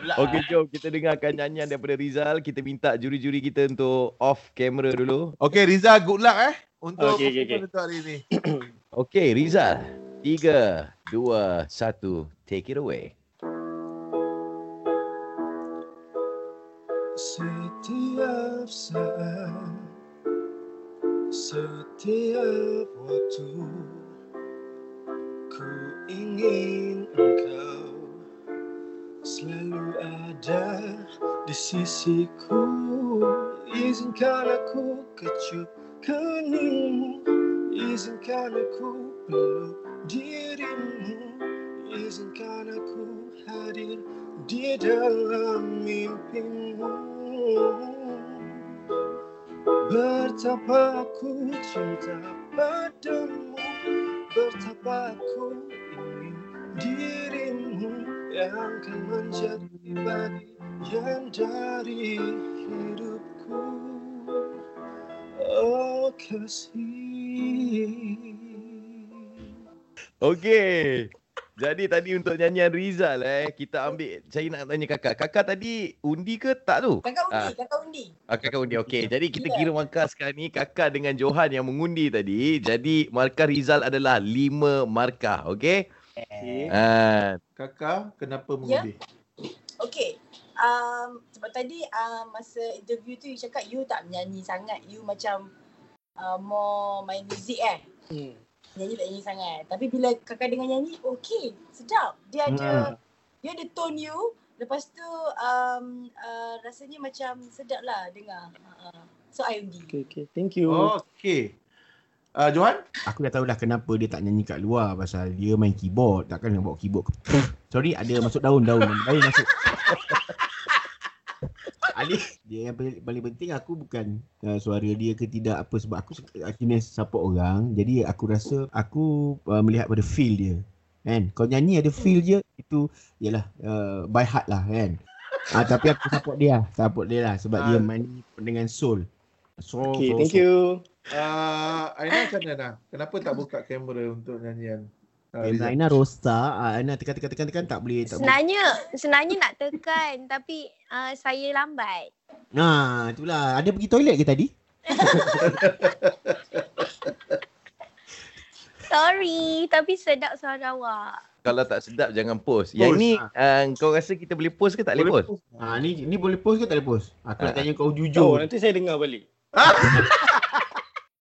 Okey, jom kita dengarkan nyanyian daripada Rizal. Kita minta juri-juri kita untuk off kamera dulu. Okey, Rizal, good luck untuk Okay. untuk hari ini. Okey, Rizal. 3, 2, 1. Take it away. Setiap saat, setiap waktu, ku ingin engkau selalu ada di sisiku. Izinkan aku kecup keningmu, izinkan aku peluk dirimu, izinkan aku hadir di dalam mimpimu. Betapa aku cinta padamu, betapa aku ingin dirimu yang akan menjadi bagian dari hidupku. Oh kasih. Okey. Jadi tadi untuk nyanyian Rizal kita ambil, saya nak tanya kakak. Kakak tadi undi ke tak tu? Kakak undi. Kakak undi. Okey. Jadi kita kira markah sekarang ni kakak dengan Johan yang mengundi tadi. Jadi markah Rizal adalah 5 markah. Okey? Kakak, kenapa mengundi? Okey. Sebab tadi masa interview tu you cakap you tak menyanyi sangat. You macam more main muzik Nyanyi tak nyanyi sangat. Tapi bila kakak dengar nyanyi, okey, sedap. Dia ada tone you. Lepas tu rasanya macam sedap lah dengar. So I undi. Okay. Thank you. Okey. Johan? Aku dah tahu dah kenapa dia tak nyanyi kat luar. Pasal dia main keyboard. Takkan nak bawa keyboard ke. Sorry, ada masuk daun-daun. Baik masuk. Ali, dia yang paling penting aku bukan suara dia ke tidak apa, sebab aku jenis support orang. Jadi aku rasa aku melihat pada feel dia. Kan? Kalau nyanyi ada feel je, itu ialah by heart lah kan. Tapi aku support dia lah sebab dia main dengan soul. Okay, thank you. Aina macam mana? Kenapa tak buka kamera untuk nyanyian? Aina rosak. Aina tekan tak boleh. Sebenarnya nak tekan tapi saya lambat. Itulah. Ada pergi toilet ke tadi? Sorry, tapi sedap suara awak. Kalau tak sedap jangan post. Yang ni kau rasa kita boleh post ke tak boleh post? Ni boleh post ke tak boleh post? Aku nak tanya kau jujur. Nanti saya dengar balik.